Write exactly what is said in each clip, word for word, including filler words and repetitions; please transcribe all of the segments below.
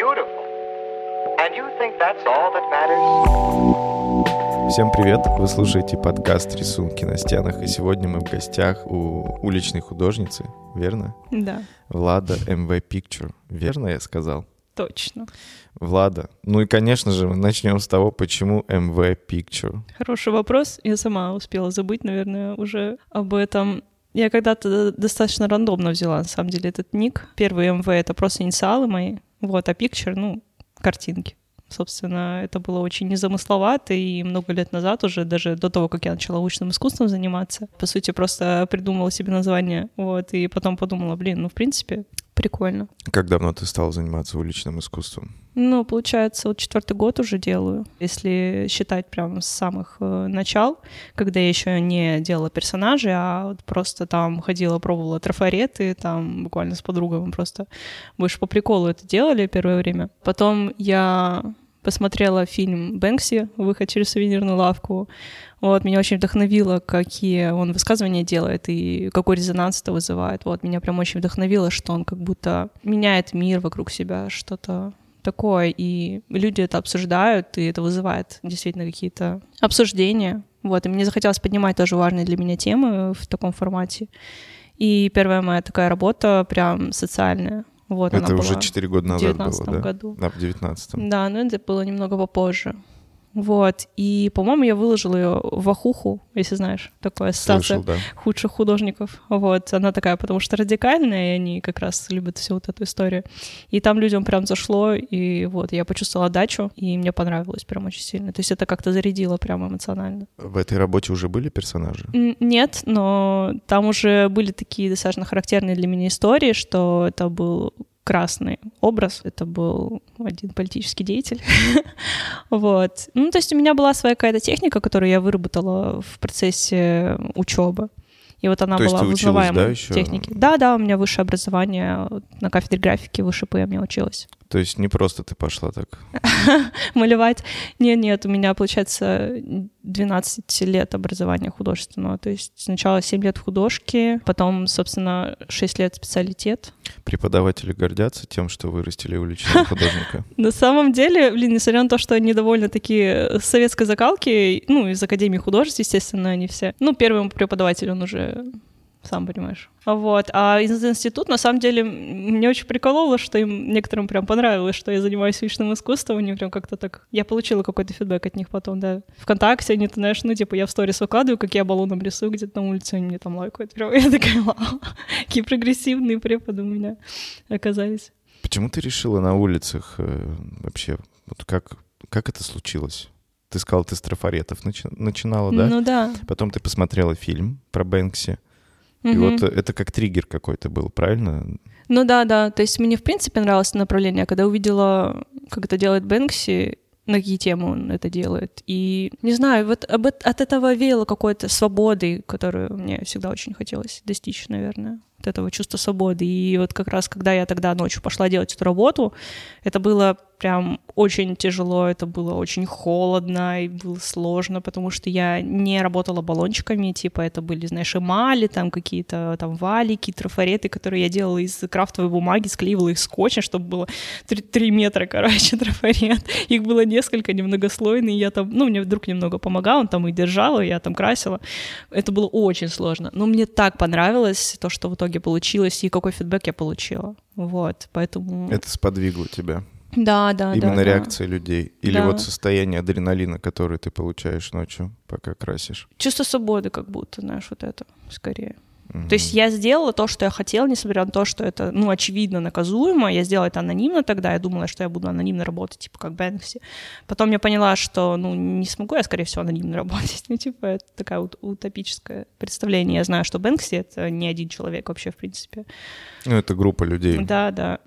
beautiful. And you think that's all that matters? Всем привет! Вы слушаете подкаст «Рисунки на стенах», и сегодня мы в гостях у уличной художницы, верно? Да. Влада эм ви Picture. Верно я сказал? Точно. Влада. Ну и, конечно же, мы начнем с того, почему эм ви Picture. Хороший вопрос. Я сама успела забыть, наверное, уже об этом. Я когда-то достаточно рандомно взяла, на самом деле, этот ник. Первый эм ви — это просто инициалы мои. Вот, а Picture, ну, картинки. Собственно, это было очень незамысловато, и много лет назад уже, даже до того, как я начала уличным искусством заниматься, по сути, просто придумала себе название, вот, и потом подумала, блин, ну, в принципе, прикольно. Как давно ты стала заниматься уличным искусством? Ну, получается, вот четвертый год уже делаю, если считать прямо с самых э, начал, когда я еще не делала персонажей, а вот просто там ходила, пробовала трафареты, там буквально с подругой мы просто больше по приколу это делали первое время. Потом я посмотрела фильм «Бэнкси», «Выход через сувенирную лавку». Вот, меня очень вдохновило, какие он высказывания делает и какой резонанс это вызывает. Вот, меня прям очень вдохновило, что он как будто меняет мир вокруг себя, что-то такое, и люди это обсуждают, и это вызывает действительно какие-то обсуждения. Вот, и мне захотелось поднимать тоже важные для меня темы в таком формате. И первая моя такая работа прям социальная. Вот, это она уже была четыре года назад было, да? В девятнадцатом году. Да, в девятнадцатом. Да, но это было немного попозже. Вот, и, по-моему, я выложила ее в Ахуху, если знаешь, такое ассоциация да. худших художников. Вот, она такая, потому что радикальная, и они как раз любят всю вот эту историю. И там людям прям зашло, и вот, я почувствовала отдачу, и мне понравилось прям очень сильно. То есть это как-то зарядило прям эмоционально. В этой работе уже были персонажи? Нет, но там уже были такие достаточно характерные для меня истории, что это был красный образ. Это был один политический деятель. Вот. Ну, то есть у меня была своя какая-то техника, которую я выработала в процессе учебы. И вот она то была в узнаваемой да, технике. Да, да, у меня высшее образование на кафедре графики в ВШП я училась. То есть не просто ты пошла так малевать. Нет, нет, у меня, получается, двенадцать лет образования художественного. То есть сначала семь лет в художке, потом, собственно, шесть лет специалитет. Преподаватели гордятся тем, что вырастили уличного художника? На самом деле, блин, несмотря на то, что они довольно такие советской закалки, ну, из Академии художеств, естественно, они все. Ну, первый преподаватель, он уже... сам понимаешь. Вот. А из института, на самом деле, мне очень прикололо, что им некоторым прям понравилось, что я занимаюсь уличным искусством. Они прям как-то так... Я получила какой-то фидбэк от них потом, да. ВКонтакте они, ты знаешь, ну, типа, я в сторис выкладываю, как я баллоном рисую где-то на улице, они мне там лайкают. Прям я такая, вау, какие прогрессивные преподы у меня оказались. Почему ты решила на улицах э, вообще? Вот как, как это случилось? Ты сказала, ты с трафаретов начи- начинала, да? Ну да. Потом ты посмотрела фильм про Бэнкси. И mm-hmm. вот это как триггер какой-то был, правильно? Ну да, да. То есть мне в принципе нравилось направление, когда увидела, как это делает Бэнкси, на какие темы он это делает. И, не знаю, вот об, от этого веяло какой-то свободы, которую мне всегда очень хотелось достичь, наверное. От этого чувства свободы. И вот как раз, когда я тогда ночью пошла делать эту работу, это было прям очень тяжело, это было очень холодно и было сложно, потому что я не работала баллончиками, типа это были, знаешь, эмали, там какие-то там валики, трафареты, которые я делала из крафтовой бумаги, склеивала их скотчем, чтобы было три метра, короче, трафарет. Их было несколько, немногослойные, я там, ну, мне вдруг немного помогал, он там и держал, и я там красила. Это было очень сложно, но мне так понравилось то, что в итоге получилось, и какой фидбэк я получила. Вот, поэтому... Это сподвигло тебя? Да, да, Именно да. реакция да. людей? Или да. вот состояние адреналина, которое ты получаешь ночью, пока красишь? Чувство свободы как будто, знаешь, вот это скорее. Mm-hmm. То есть я сделала то, что я хотела, несмотря на то, что это, ну, очевидно наказуемо. Я сделала это анонимно тогда, я думала, что я буду анонимно работать, типа, как Бэнкси. Потом я поняла, что, ну, не смогу я, скорее всего, анонимно работать. Ну, типа, это такое вот утопическое представление. Я знаю, что Бэнкси — это не один человек вообще, в принципе. Ну, это группа людей. Да, да.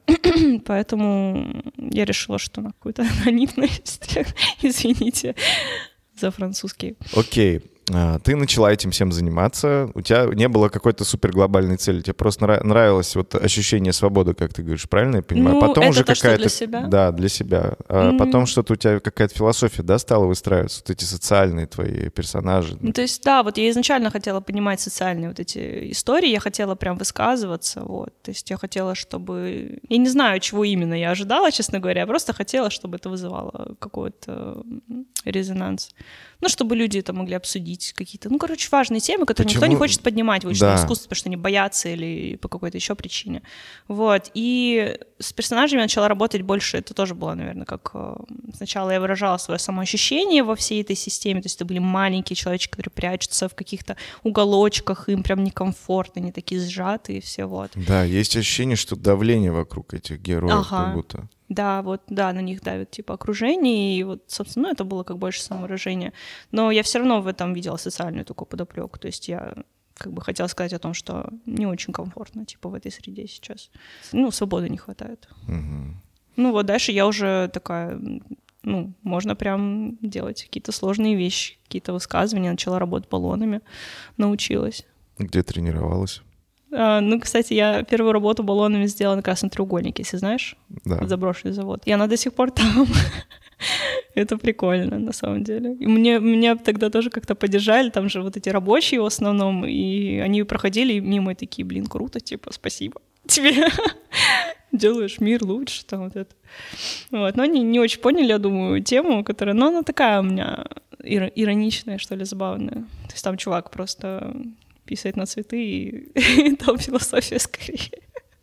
Поэтому я решила, что на какую-то анонимность, извините за французский. Окей. ты начала этим всем заниматься, у тебя не было какой-то супер глобальной цели, тебе просто нра- нравилось вот ощущение свободы, как ты говоришь, правильно я понимаю? Ну, потом это уже то, что какая-то... для себя? Да, для себя. А Mm. потом что-то у тебя какая-то философия, да, стала выстраиваться, вот эти социальные твои персонажи. Ну, то есть, да, вот я изначально хотела понимать социальные вот эти истории, я хотела прям высказываться, вот, то есть я хотела, чтобы... Я не знаю, чего именно я ожидала, честно говоря, я просто хотела, чтобы это вызывало какой-то резонанс. Ну, чтобы люди это могли обсудить какие-то, ну, короче, важные темы, которые Почему? никто не хочет поднимать в уличном Да. искусстве, потому что они боятся или по какой-то еще причине. Вот, и с персонажами я начала работать больше, это тоже было, наверное, как... Сначала я выражала свое самоощущение во всей этой системе, то есть это были маленькие человечки, которые прячутся в каких-то уголочках, им прям некомфортно, они такие сжатые, все вот. Да, есть ощущение, что давление вокруг этих героев, Ага. как будто. Да, вот, да, на них давит, типа, окружение, и вот, собственно, ну, это было как больше самовыражение. Но я все равно в этом видела социальную такую подоплеку, то есть я как бы хотела сказать о том, что не очень комфортно, типа, в этой среде сейчас. Ну, свободы не хватает. Угу. Ну, вот дальше я уже такая, ну, можно прям делать какие-то сложные вещи, какие-то высказывания, начала работать баллонами, научилась. Где тренировалась? А, ну, кстати, я первую работу баллонами сделала на Красном треугольнике, если знаешь, Да. заброшенный завод. И она до сих пор там. Это прикольно, на самом деле. И мне, меня тогда тоже как-то поддержали, там же вот эти рабочие в основном, и они проходили мимо и такие, блин, круто, типа, спасибо тебе. Делаешь мир лучше, там вот это. Вот. Но они не очень поняли, я думаю, тему, которая, ну, она такая у меня ир- ироничная, что ли, забавная. То есть там чувак просто... писает на цветы, и, и там философия скорее.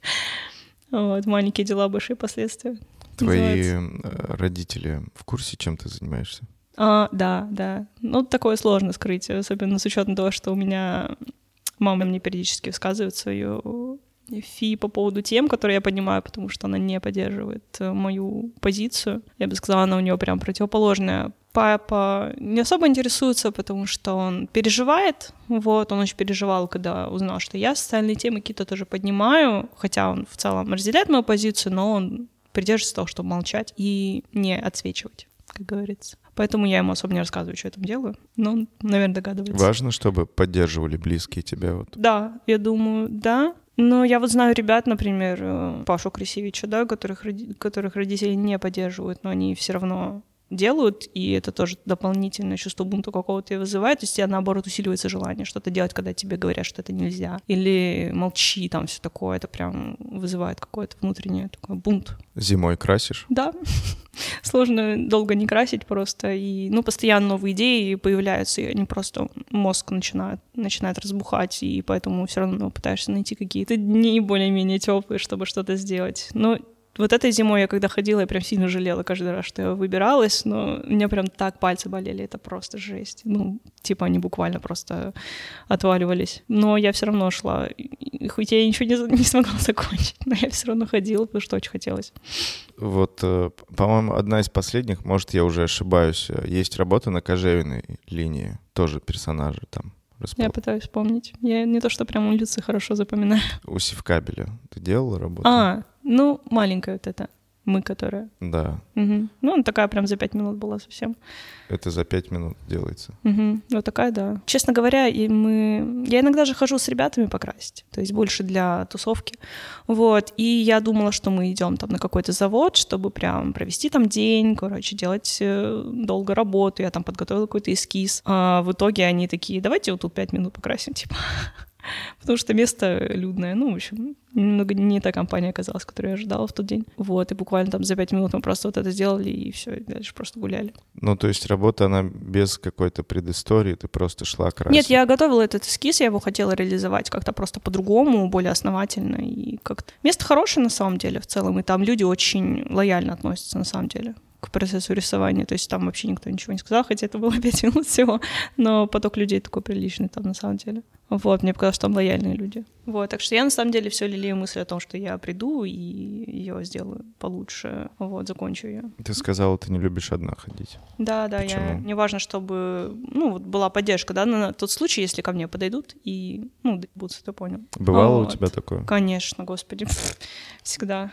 Вот, маленькие дела, большие последствия. Твои называется. родители в курсе, чем ты занимаешься? А, да, да. Ну, такое сложно скрыть, особенно с учетом того, что у меня мама мне периодически высказывает свою фи по поводу тем, которые я понимаю, потому что она не поддерживает мою позицию. Я бы сказала, она у нее прям противоположная. Папа не особо интересуется, потому что он переживает. Вот, он очень переживал, когда узнал, что я социальные темы какие-то тоже поднимаю, хотя он в целом разделяет мою позицию, но он придерживается того, чтобы молчать и не отсвечивать, как говорится. Поэтому я ему особо не рассказываю, что я там делаю. Но он, наверное, догадывается. Важно, чтобы поддерживали близкие тебя? Вот. Да, я думаю, да. Но я вот знаю ребят, например, Пашу Красевича, да, которых, которых родители не поддерживают, но они все равно делают, и это тоже дополнительное чувство бунта какого-то и вызывает, то есть я, наоборот, усиливается желание что-то делать, когда тебе говорят, что это нельзя, или молчи, там все такое, это прям вызывает какой-то внутренний такой бунт. Зимой красишь? Да, сложно долго не красить просто, и, ну, постоянно новые идеи появляются, и они просто, мозг начинает, начинает разбухать, и поэтому все равно пытаешься найти какие-то дни более-менее теплые, чтобы что-то сделать, но вот этой зимой я когда ходила, я прям сильно жалела каждый раз, что я выбиралась, но у меня прям так пальцы болели, это просто жесть. Ну, типа они буквально просто отваливались. Но я все равно шла, и хоть я ничего не, не смогла закончить, но я все равно ходила, потому что очень хотелось. Вот, по-моему, одна из последних, может, я уже ошибаюсь, есть работа на Кожевиной линии, тоже персонажи там. Распол... Я пытаюсь вспомнить. Я не то, что прям улицы хорошо запоминаю. У Севкабеля ты делала работу? А, ну, маленькая вот эта, мы, которая. Да. Угу. Ну, она такая прям за пять минут была совсем. Это за пять минут делается? Угу. Вот такая, да. Честно говоря, и мы... я иногда же хожу с ребятами покрасить, то есть больше для тусовки. Вот, и я думала, что мы идем там на какой-то завод, чтобы прям провести там день, короче, делать долго работу. Я там подготовила какой-то эскиз. А в итоге они такие, давайте вот тут пять минут покрасим, типа... Потому что место людное, ну, в общем, немного не та компания оказалась, которую я ожидала в тот день. Вот, и буквально там за пять минут мы просто вот это сделали, и все, и дальше просто гуляли. Ну, то есть работа, она без какой-то предыстории, ты просто шла красить? Нет, я готовила этот эскиз, я его хотела реализовать как-то просто по-другому, более основательно, и как-то... Место хорошее на самом деле в целом, и там люди очень лояльно относятся на самом деле к процессу рисования, то есть там вообще никто ничего не сказал, хотя это было пять минут всего, но поток людей такой приличный там на самом деле. Вот, мне показалось, что там лояльные люди. Вот, так что я на самом деле все лелею мысль о том, что я приду и ее сделаю получше, вот, закончу ее. Ты сказала, ты не любишь одна ходить. Да, да, Почему? я, мне важно, чтобы, ну, вот была поддержка, да, на тот случай, если ко мне подойдут и, ну, будут, ты понял. Бывало вот. у тебя такое? Конечно, господи, всегда.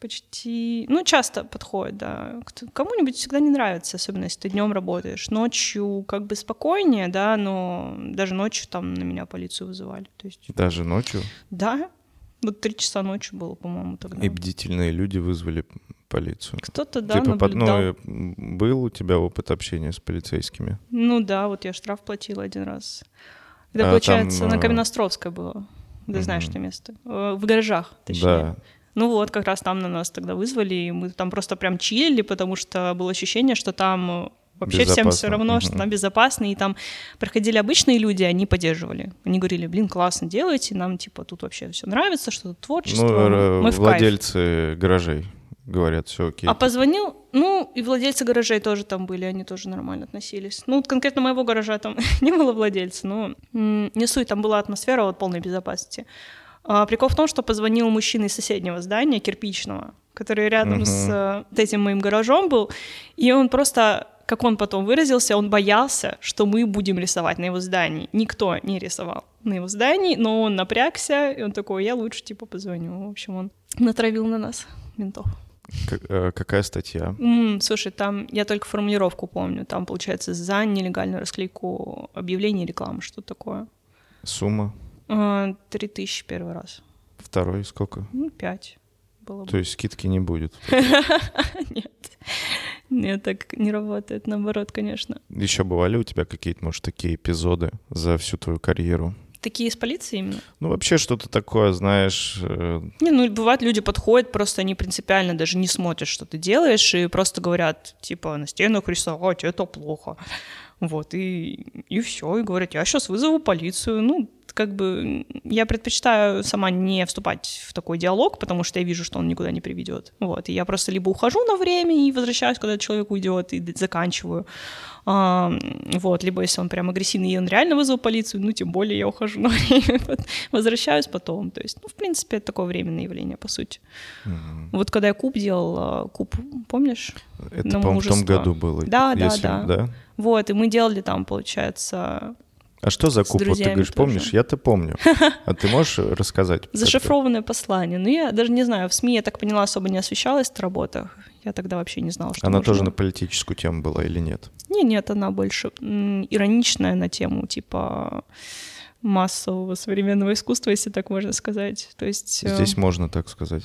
Почти, ну, часто подходит, да. Кто- Кому-нибудь всегда не нравится, особенно если ты днем работаешь. Ночью как бы спокойнее, да, но даже ночью там на меня полицию вызывали. То есть, Даже ночью? да, вот три часа ночи было, по-моему, тогда. И бдительные люди вызвали полицию. Кто-то, да, Типа, под- наблюдал. ну, э, был у тебя опыт общения с полицейскими? Ну да, вот я штраф платила один раз. Это, А получается, там, на э, Каменноостровской было. Ты знаешь мгм. это место? Э, В гаражах, точнее. Да. Ну вот, как раз там на нас тогда вызвали, и мы там просто прям чилили, потому что было ощущение, что там э, вообще всем Безопасно. все равно, что Мгм. там безопасно, и там проходили обычные люди, они поддерживали. Они говорили, блин, классно делаете, нам типа тут вообще все нравится, что тут творчество, Ну, э, мы в кайф. владельцы гаражей говорят, все окей. А позвонил, ну, и владельцы гаражей тоже там были, они тоже нормально относились. Ну, вот конкретно моего гаража там не было владельца, но м, не суть, там была атмосфера вот полной безопасности. А, прикол в том, что позвонил мужчина из соседнего здания, кирпичного, который рядом Мгм. с э, вот этим моим гаражом был, и он просто, как он потом выразился, он боялся, что мы будем рисовать на его здании. Никто не рисовал на его здании, но он напрягся, и он такой, я лучше типа позвоню. В общем, он натравил на нас ментов. Как- э, какая статья? М, слушай, там я только формулировку помню. Там, получается, за нелегальную расклейку объявлений и рекламы, что такое. Сумма? А, Три тысячи первый раз. Второй сколько? Ну, пять было То бы. есть скидки не будет. Нет. Нет, так не работает. Наоборот, конечно. Еще бывали у тебя какие-то, может, такие эпизоды за всю твою карьеру? Такие из полиции именно? Ну, вообще что-то такое, знаешь, э, Не, ну, бывает, люди подходят, просто они принципиально даже не смотрят, что ты делаешь, и просто говорят, типа, на стенах рисовать — это плохо. Вот, и, и все, и говорят, я сейчас вызову полицию. Ну, как бы я предпочитаю сама не вступать в такой диалог, потому что я вижу, что он никуда не приведет. Вот, и я просто либо ухожу на время и возвращаюсь, когда человек уйдет, и д- заканчиваю. А, вот, либо если он прям агрессивный, и он реально вызвал полицию, ну, тем более я ухожу на время, вот, возвращаюсь потом. То есть, ну, в принципе, это такое временное явление, по сути. мгм. Вот когда я куб делал, а, куб, помнишь? Это, На по-моему, в том мужество. году было. Да, да, если- да. Вот, и мы делали там, получается, А что за С куб? Вот ты друзьями говоришь, тоже. помнишь? Я-то помню. А ты можешь рассказать? зашифрованное послание. Ну, я даже не знаю, в СМИ, я так поняла, особо не освещалась эта работа. Я тогда вообще не знала, что Она можно. тоже на политическую тему была или нет? Не, нет, она больше м, ироничная на тему, типа, массового современного искусства, если так можно сказать. То есть... э, Здесь можно так сказать.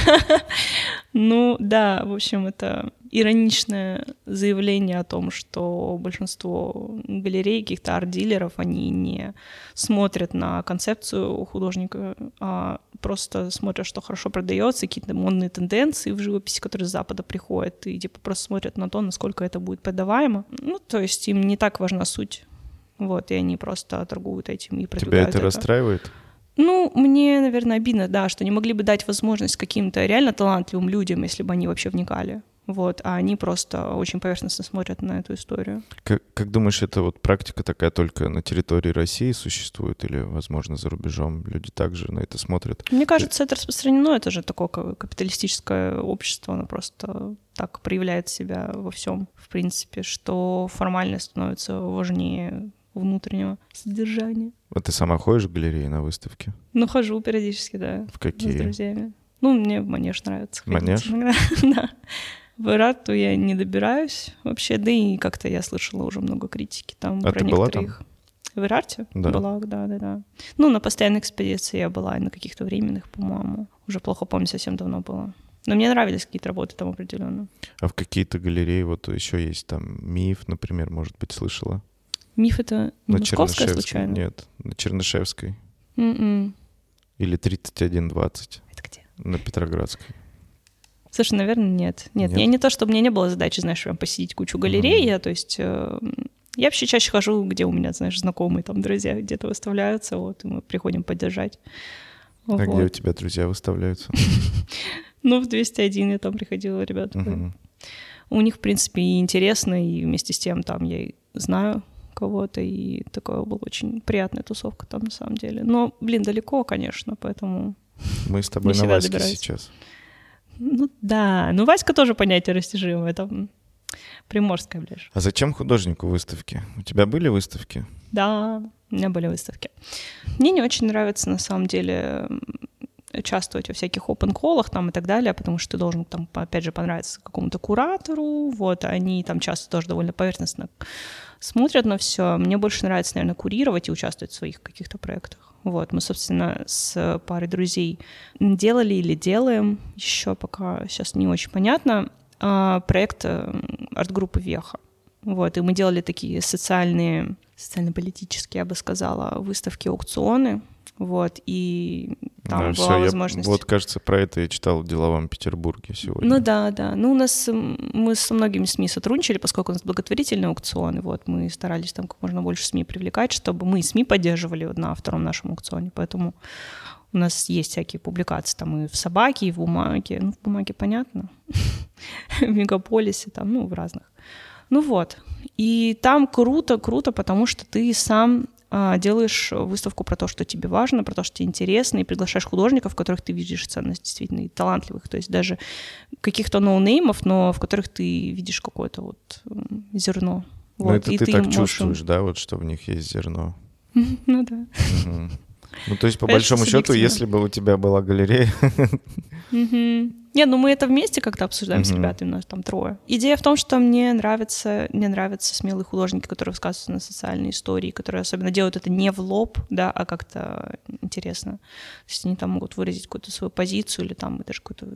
Ну, да, в общем, это ироничное заявление о том, что большинство галерей, каких-то арт-дилеров, они не смотрят на концепцию художника, а просто смотрят, что хорошо продается, какие-то модные тенденции в живописи, которые с Запада приходят, и типа просто смотрят на то, насколько это будет продаваемо. Ну, то есть им не так важна суть. Вот, и они просто торгуют этим и Тебя продвигают это расстраивает? Ну, мне, наверное, обидно, да, что не могли бы дать возможность каким-то реально талантливым людям, если бы они вообще вникали. Вот, а они просто очень поверхностно смотрят на эту историю. Как, как думаешь, это вот практика такая только на территории России существует или, возможно, за рубежом люди также на это смотрят? Мне кажется, это распространено, это же такое как капиталистическое общество, оно просто так проявляет себя во всем, в принципе, что формальность становится важнее внутреннего содержания. Вот ты сама ходишь в галереи на выставки? Ну, хожу периодически, да, В с какие? друзьями. Ну, мне в Манеж нравится ходить. Манеж? иногда, да. В Эрату я не добираюсь вообще, да и как-то я слышала уже много критики там А про ты была некоторых. В Эрарте? Да. Была, да, да, да. Ну, на постоянной экспедиции я была, и на каких-то временных, по-моему. Уже плохо помню, совсем давно было. Но мне нравились какие-то работы там определенно. А в какие-то галереи вот еще есть там Миф, например, может быть, слышала? Миф — это не На московская Чернышевской? случайно? Нет, на Чернышевской. М-м. Или тридцать один двадцать Это где? на Петроградской. Слушай, наверное, нет. Нет, Нет? я не то, чтобы у меня не было задачи, знаешь, прям посетить кучу галерей, я, то есть э, я вообще чаще хожу, где у меня, знаешь, знакомые там друзья где-то выставляются, вот, и мы приходим поддержать. А Вот. где у тебя друзья выставляются? Ну, в двести один я там приходила, ребята. Мгм. У них, в принципе, и интересно, и вместе с тем там я и знаю кого-то, и такая была очень приятная тусовка там на самом деле. Но, блин, далеко, конечно, поэтому... Мы с тобой Не на всегда Ваське добираюсь. сейчас. Ну да, ну Васька тоже понятие растяжимое, там Приморская ближе. А зачем художнику выставки? У тебя были выставки? Да, у меня были выставки. Мне не очень нравится, на самом деле, участвовать во всяких open-коллах там и так далее, потому что ты должен там, опять же, понравиться какому-то куратору, вот, они там часто тоже довольно поверхностно смотрят на все. Мне больше нравится, наверное, курировать и участвовать в своих каких-то проектах. Вот, мы, собственно, с парой друзей делали или делаем, еще пока сейчас не очень понятно, проект арт-группы «Веха». Вот, и мы делали такие социальные, социально-политические, я бы сказала, выставки, аукционы, вот, и там да, была всё, возможность... Я, вот, кажется, про это я читал в «Деловом Петербурге» сегодня. Ну да, да. Ну, у нас, мы со многими СМИ сотрудничали, поскольку у нас благотворительные аукционы, вот, мы старались там как можно больше СМИ привлекать, чтобы мы СМИ поддерживали вот на втором нашем аукционе, поэтому у нас есть всякие публикации там и в «Собаке», и в «Бумаге». Ну, в «Бумаге» понятно, в «Мегаполисе», там, ну, в разных. Ну вот. И там круто, круто, потому что ты сам а, делаешь выставку про то, что тебе важно, про то, что тебе интересно, и приглашаешь художников, в которых ты видишь ценность, действительно, и талантливых, то есть даже каких-то ноунеймов, но в которых ты видишь какое-то вот зерно. Ну, вот. это И ты, ты так можешь... чувствуешь, да, вот, что в них есть зерно? Ну да. Ну, то есть, по большому счету, если бы у тебя была галерея... Не, ну мы это вместе как-то обсуждаем с ребятами, у нас там трое. Идея в том, что мне нравятся, мне нравятся смелые художники, которые высказываются на социальные истории, которые особенно делают это не в лоб, да, а как-то интересно. То есть они там могут выразить какую-то свою позицию или там даже какую-то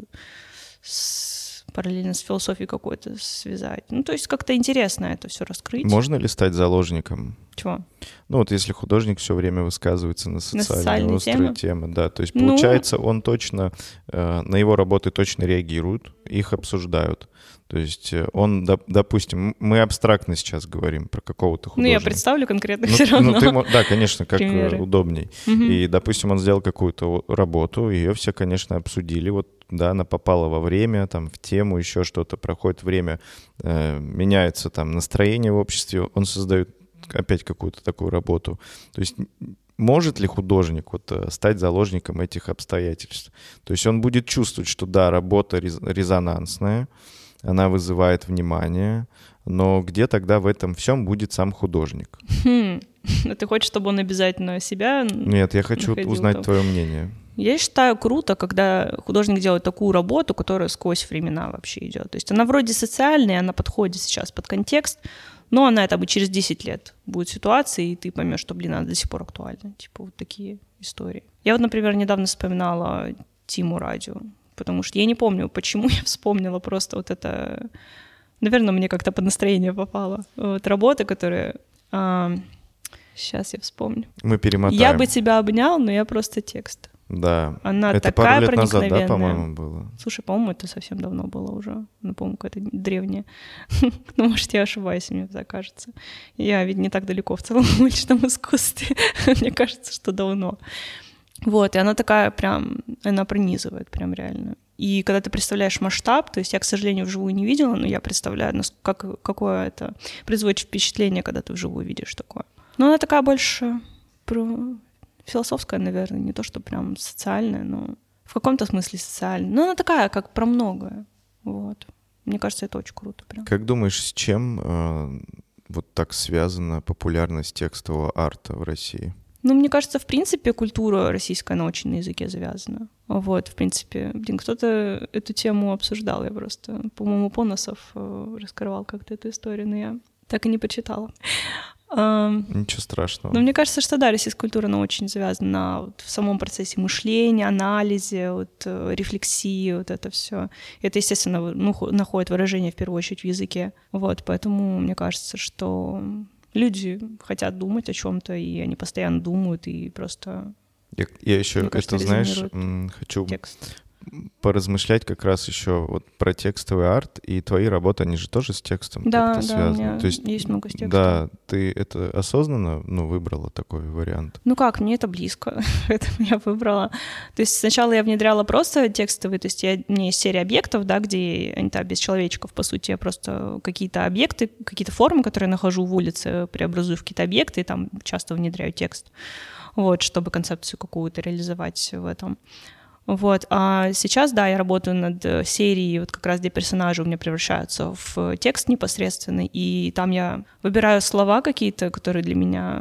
с... параллельно с философией какой-то связать. Ну, то есть как-то интересно это все раскрыть. Можно ли стать заложником? Чего? Ну, вот если художник все время высказывается на социальные, на социальные острые темы? темы, да, то есть получается, ну... он точно, э, на его работы точно реагируют, их обсуждают. То есть он, доп, допустим, мы абстрактно сейчас говорим про какого-то художника. Ну, я представлю конкретно ну, все равно. Ну, ты, да, конечно, как примеры. Удобней. Угу. И, допустим, он сделал какую-то работу, ее все, конечно, обсудили, вот, да, она попала во время, там, в тему, еще что-то, проходит время, э, меняется там настроение в обществе, он создает опять какую-то такую работу. То есть может ли художник вот стать заложником этих обстоятельств? То есть он будет чувствовать, что да, работа резонансная, она вызывает внимание, но где тогда в этом всем будет сам художник? Хм. Ты хочешь, чтобы он обязательно себя Нет, я хочу узнать там. твое мнение. Я считаю круто, когда художник делает такую работу, которая сквозь времена вообще идет. То есть она вроде социальная, она подходит сейчас под контекст, но она там и через десять лет будет ситуация, и ты поймешь, что, блин, она до сих пор актуальна. Типа вот такие истории. Я вот, например, недавно вспоминала Тиму Радио, потому что я не помню, почему я вспомнила просто вот это... Наверное, мне как-то под настроение попало. Вот работа, которая... А... Сейчас я вспомню. Мы перемотаем. «Я бы тебя обнял», но я просто текст. Да. Она это такая пару лет назад, да, проникновенная. по-моему, было? Слушай, по-моему, это совсем давно было уже. Ну, по-моему, какая-то древняя. Ну, может, я ошибаюсь, мне так кажется. Я ведь не так далеко в целом в уличном искусстве. Мне кажется, что давно. Вот, и она такая прям, она пронизывает прям реально. И когда ты представляешь масштаб, то есть я, к сожалению, вживую не видела, но я представляю, как, какое это производит впечатление, когда ты вживую видишь такое. Но она такая больше про... философская, наверное, не то, что прям социальная, но в каком-то смысле социальная. Но она такая, как про многое. Вот. Мне кажется, это очень круто. Прям. Как думаешь, с чем э, вот так связана популярность текстового арта в России? Ну, мне кажется, в принципе, культура российская, она очень на языке завязана. Вот, в принципе, блин, кто-то эту тему обсуждал, я просто, по-моему, Поносов э, раскрывал как-то эту историю, но я так и не почитала. Ничего страшного. Но мне кажется, что да, российская культура, она очень завязана на вот, в самом процессе мышления, анализе, вот, рефлексии, вот это все. Это, естественно, ну, находит выражение в первую очередь в языке. Вот, поэтому мне кажется, что люди хотят думать о чем-то, и они постоянно думают, и просто... Я, я еще, кажется, это знаешь, хочу... Текст. поразмышлять как раз еще вот про текстовый арт, и твои работы, они же тоже с текстом да, как-то да, связаны. У меня То есть, есть много с текстом. Да, ты это осознанно, ну, выбрала такой вариант? Ну как, мне это близко, поэтому я выбрала. То есть сначала я внедряла просто текстовые, то есть я, у меня есть серия объектов, да, где они там без человечков, по сути, я просто какие-то объекты, какие-то формы, которые я нахожу в улице, преобразую в какие-то объекты, и там часто внедряю текст, вот, чтобы концепцию какую-то реализовать в этом. Вот, а сейчас, да, я работаю над серией, вот как раз где персонажи у меня превращаются в текст непосредственный, и там я выбираю слова какие-то, которые для меня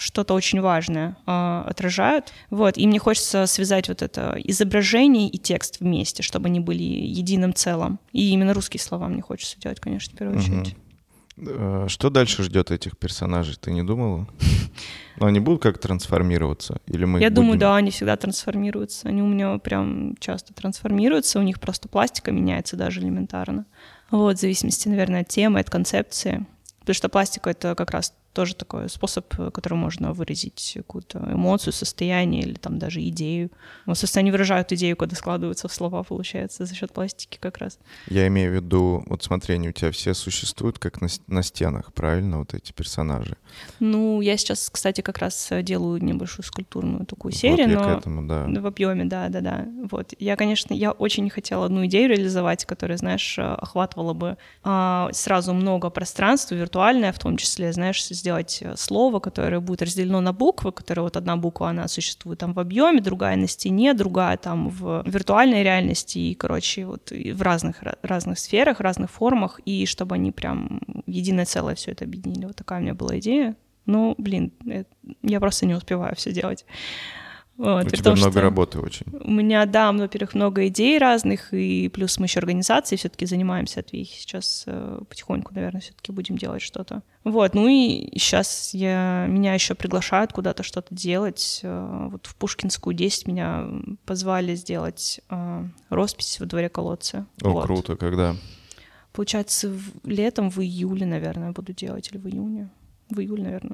что-то очень важное э, отражают. Вот, и мне хочется связать вот это изображение и текст вместе, чтобы они были единым целым. И именно русские слова мне хочется делать, конечно, в первую очередь. Угу. Что дальше ждет этих персонажей? Ты не думала? Ну, они будут как трансформироваться? Или мы Я будем... думаю, да, они всегда трансформируются. Они у меня прям часто трансформируются. У них просто пластика меняется даже элементарно. Вот, в зависимости, наверное, от темы, от концепции. Потому что пластика — это как раз тоже такой способ, которым можно выразить какую-то эмоцию, состояние или там даже идею. Вот, собственно, они выражают идею, когда складываются в слова, получается, за счет пластики как раз. Я имею в виду, вот смотри, они у тебя все существуют как на, на стенах, правильно, вот эти персонажи? Ну, я сейчас, кстати, как раз делаю небольшую скульптурную такую серию, вот я но к этому, да. в объеме, да-да-да. Вот. Я, конечно, я очень хотела одну идею реализовать, которая, знаешь, охватывала бы а, сразу много пространства, виртуальное в том числе, знаешь, сделать слово, которое будет разделено на буквы, которая вот одна буква, она существует там в объеме, другая на стене, другая там в виртуальной реальности, и, короче, вот в разных, разных сферах, разных формах, и чтобы они прям в единое целое все это объединили. Вот такая у меня была идея. Ну, блин, я просто не успеваю все делать. Вот, у тебя том, много что работы очень. У меня, да, во-первых, много идей разных, и плюс мы еще организацией все-таки занимаемся от Вихи. Сейчас э, потихоньку, наверное, все-таки будем делать что-то. Вот, ну и сейчас я, меня еще приглашают куда-то что-то делать. Э, вот в Пушкинскую десять меня позвали сделать э, роспись во дворе колодца. О, вот. Круто, когда? Получается, в, летом, в июле, наверное, буду делать, или в июне. В июле, наверное.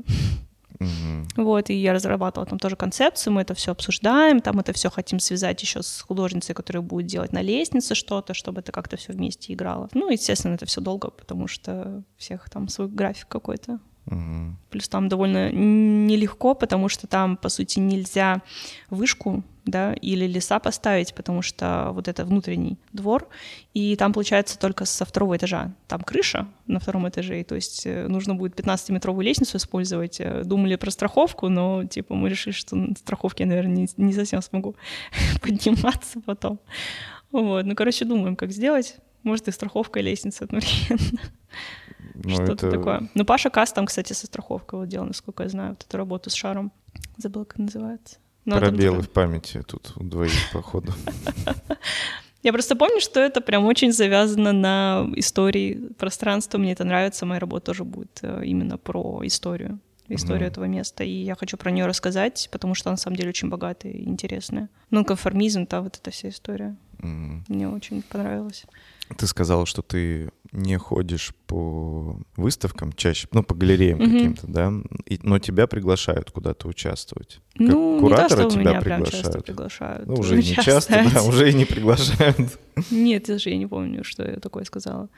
Угу. Вот, и я разрабатывала там тоже концепцию, мы это все обсуждаем, там это все хотим связать еще с художницей, которая будет делать на лестнице что-то, чтобы это как-то все вместе играло. Ну, естественно, это все долго, потому что у всех там свой график какой-то. Угу. Плюс там довольно нелегко, потому что там, по сути, нельзя вышку, да, или леса поставить, потому что вот это внутренний двор, и там, получается, только со второго этажа. Там крыша на втором этаже, и, то есть нужно будет пятнадцатиметровую лестницу использовать. Думали про страховку, но, типа, мы решили, что на страховке я, наверное, не, не совсем смогу подниматься потом. Вот, ну, короче, думаем, как сделать. Может, и страховка, и лестница одновременно. Ну, что-то это... такое. Ну, Паша Кас там, кстати, со страховкой вот делал, насколько я знаю, вот эту работу с шаром. Забыла, как называется. Но пробелы в памяти тут у двоих, походу. Я просто помню, что это прям очень завязано на истории пространства. Мне это нравится, моя работа тоже будет именно про историю, историю mm-hmm. этого места. И я хочу про нее рассказать, потому что она на самом деле очень богатая и интересная. Нонконформизм, да, вот эта вся история. Mm-hmm. Мне очень понравилось. Ты сказала, что ты не ходишь по выставкам чаще, ну, по галереям mm-hmm. каким-то, да, и, но тебя приглашают куда-то участвовать. Ну, как куратора не то, что тебя меня приглашают. Прям часто приглашают. Ну, уже не часто, да, уже и не приглашают. Нет, даже я не помню, что я такое сказала.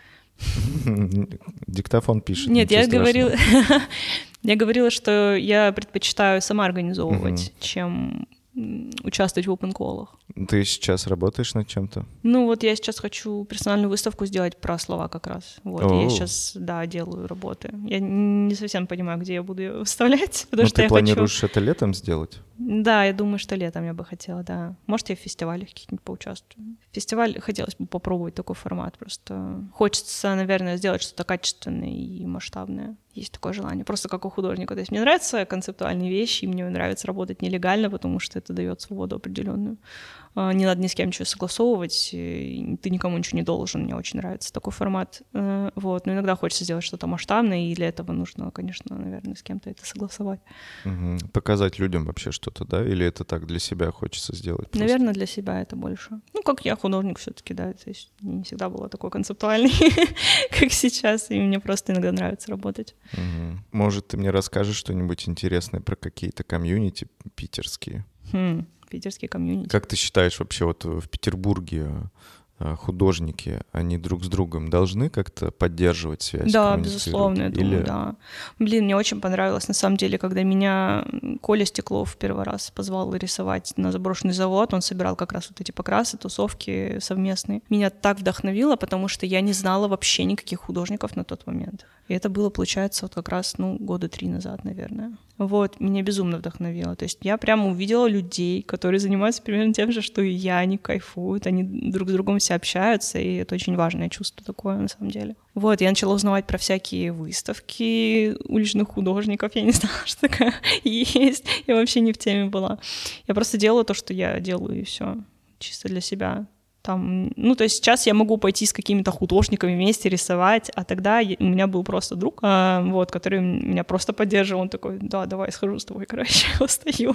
Диктофон пишет. Нет, я говорила, я говорила, что я предпочитаю сама организовывать, чем участвовать в опен-колах. Ты сейчас работаешь над чем-то? Ну вот я сейчас хочу персональную выставку сделать про слова как раз. Вот, О-о-о. я сейчас, да, делаю работы. Я не совсем понимаю, где я буду ее выставлять, потому Но что ты я планируешь хочу... это летом сделать? Да, я думаю, что летом я бы хотела, да. Может, я в фестивалях каких-нибудь поучаствую. Фестиваль хотелось бы попробовать такой формат, просто хочется, наверное, сделать что-то качественное и масштабное. Есть такое желание, просто как у художника. То есть мне нравятся концептуальные вещи, и мне нравится работать нелегально, потому что это дает свободу определенную. Не надо ни с кем ничего согласовывать, ты никому ничего не должен. Мне очень нравится такой формат. Вот. Но иногда хочется сделать что-то масштабное, и для этого нужно, конечно, наверное, с кем-то это согласовать. Угу. Показать людям вообще что-то, да? Или это так для себя хочется сделать? Просто? Наверное, для себя это больше. Ну, как я художник все-таки, да. То есть не всегда была такой концептуальный, как сейчас, и мне просто иногда нравится работать. Угу. Может, ты мне расскажешь что-нибудь интересное про какие-то комьюнити питерские? Хм. Питерские комьюнити. Как ты считаешь, вообще вот в Петербурге художники, они друг с другом должны как-то поддерживать связь? Да, безусловно, я думаю, Или... да. Блин, мне очень понравилось, на самом деле, когда меня Коля Стеклов первый раз позвал рисовать на заброшенный завод, он собирал как раз вот эти покрасы, тусовки совместные. Меня так вдохновило, потому что я не знала вообще никаких художников на тот момент. И это было, получается, вот как раз, ну, года три назад, наверное. Вот, меня безумно вдохновило. То есть я прямо увидела людей, которые занимаются примерно тем же, что и я, они кайфуют, они друг с другом все общаются, и это очень важное чувство такое, на самом деле. Вот, я начала узнавать про всякие выставки уличных художников, я не знала, что такое есть, я вообще не в теме была. Я просто делала то, что я делаю, и все, чисто для себя. Там, ну, то есть сейчас я могу пойти с какими-то художниками вместе рисовать, а тогда я, у меня был просто друг, а, вот, который меня просто поддерживал, он такой, да, давай схожу с тобой, короче, устаю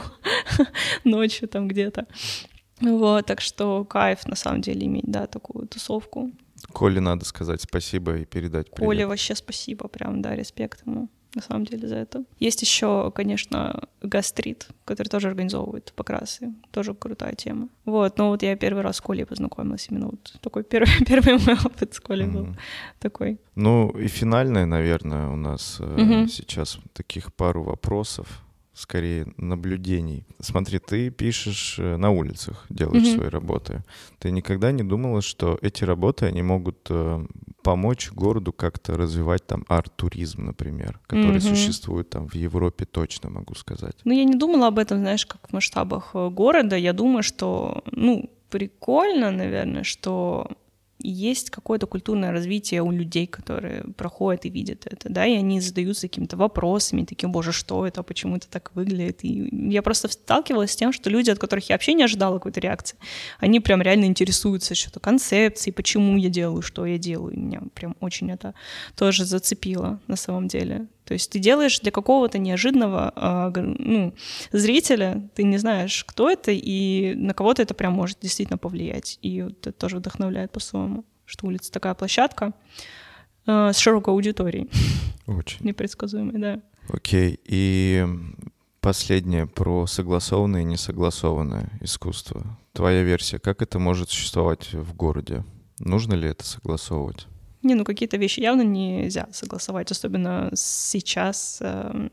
ночью там где-то. Вот, так что кайф, на самом деле, иметь, да, такую тусовку. Коле надо сказать спасибо и передать привет. Коле вообще спасибо, прям, да, респект ему. На самом деле, за это. Есть еще, конечно, Гастрит, который тоже организовывает покрасы. Тоже крутая тема. Вот, но вот я первый раз с Колей познакомилась. Именно вот такой первый, первый мой опыт с Колей mm-hmm. был такой. Ну и финальное, наверное, у нас mm-hmm. э, сейчас таких пару вопросов, скорее наблюдений. Смотри, ты пишешь на улицах, делаешь mm-hmm. свои работы. Ты никогда не думала, что эти работы, они могут э, помочь городу как-то развивать там арт-туризм, например, который mm-hmm. существует там в Европе точно, могу сказать? Ну, я не думала об этом, знаешь, как в масштабах города. Я думаю, что, ну, прикольно, наверное, что есть какое-то культурное развитие у людей, которые проходят и видят это, да, и они задаются какими-то вопросами, таким, боже, что это, почему это так выглядит, и я просто сталкивалась с тем, что люди, от которых я вообще не ожидала какой-то реакции, они прям реально интересуются что-то концепцией, почему я делаю, что я делаю, и меня прям очень это тоже зацепило на самом деле. То есть ты делаешь для какого-то неожиданного ну, зрителя, ты не знаешь, кто это, и на кого-то это прям может действительно повлиять. И вот это тоже вдохновляет по-своему, что улица такая площадка э, с широкой аудиторией. Очень. Непредсказуемой, да. Окей, и последнее про согласованное и несогласованное искусство. Твоя версия, как это может существовать в городе? Нужно ли это согласовывать? Не, ну какие-то вещи явно нельзя согласовать, особенно сейчас э,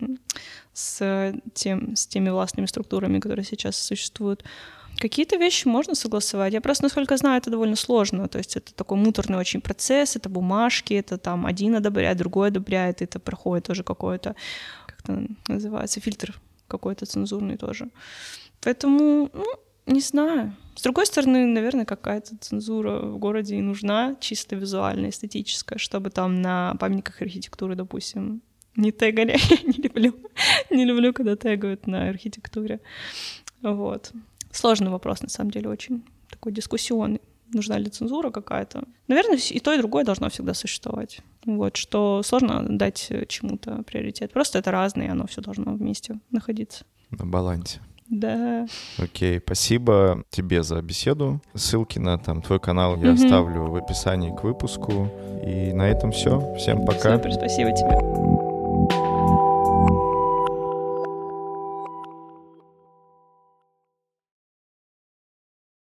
с, тем, с теми властными структурами, которые сейчас существуют. Какие-то вещи можно согласовать. Я просто, насколько знаю, это довольно сложно. То есть это такой муторный очень процесс, это бумажки, это там один одобряет, другой одобряет, это проходит тоже какой-то, как это называется, фильтр какой-то цензурный тоже. Поэтому, ну, не знаю. С другой стороны, наверное, какая-то цензура в городе и нужна, чисто визуальная, эстетическая, чтобы там на памятниках архитектуры, допустим, не тегали. Я не люблю, не люблю, когда тегают на архитектуре. Вот. Сложный вопрос, на самом деле, очень такой дискуссионный. Нужна ли цензура какая-то? Наверное, и то, и другое должно всегда существовать. Вот, что сложно дать чему-то приоритет. Просто это разное, оно все должно вместе находиться. На балансе. Да. Окей, спасибо тебе за беседу. Ссылки на там твой канал я mm-hmm. оставлю в описании к выпуску. И на этом все. Всем пока. Супер, спасибо тебе.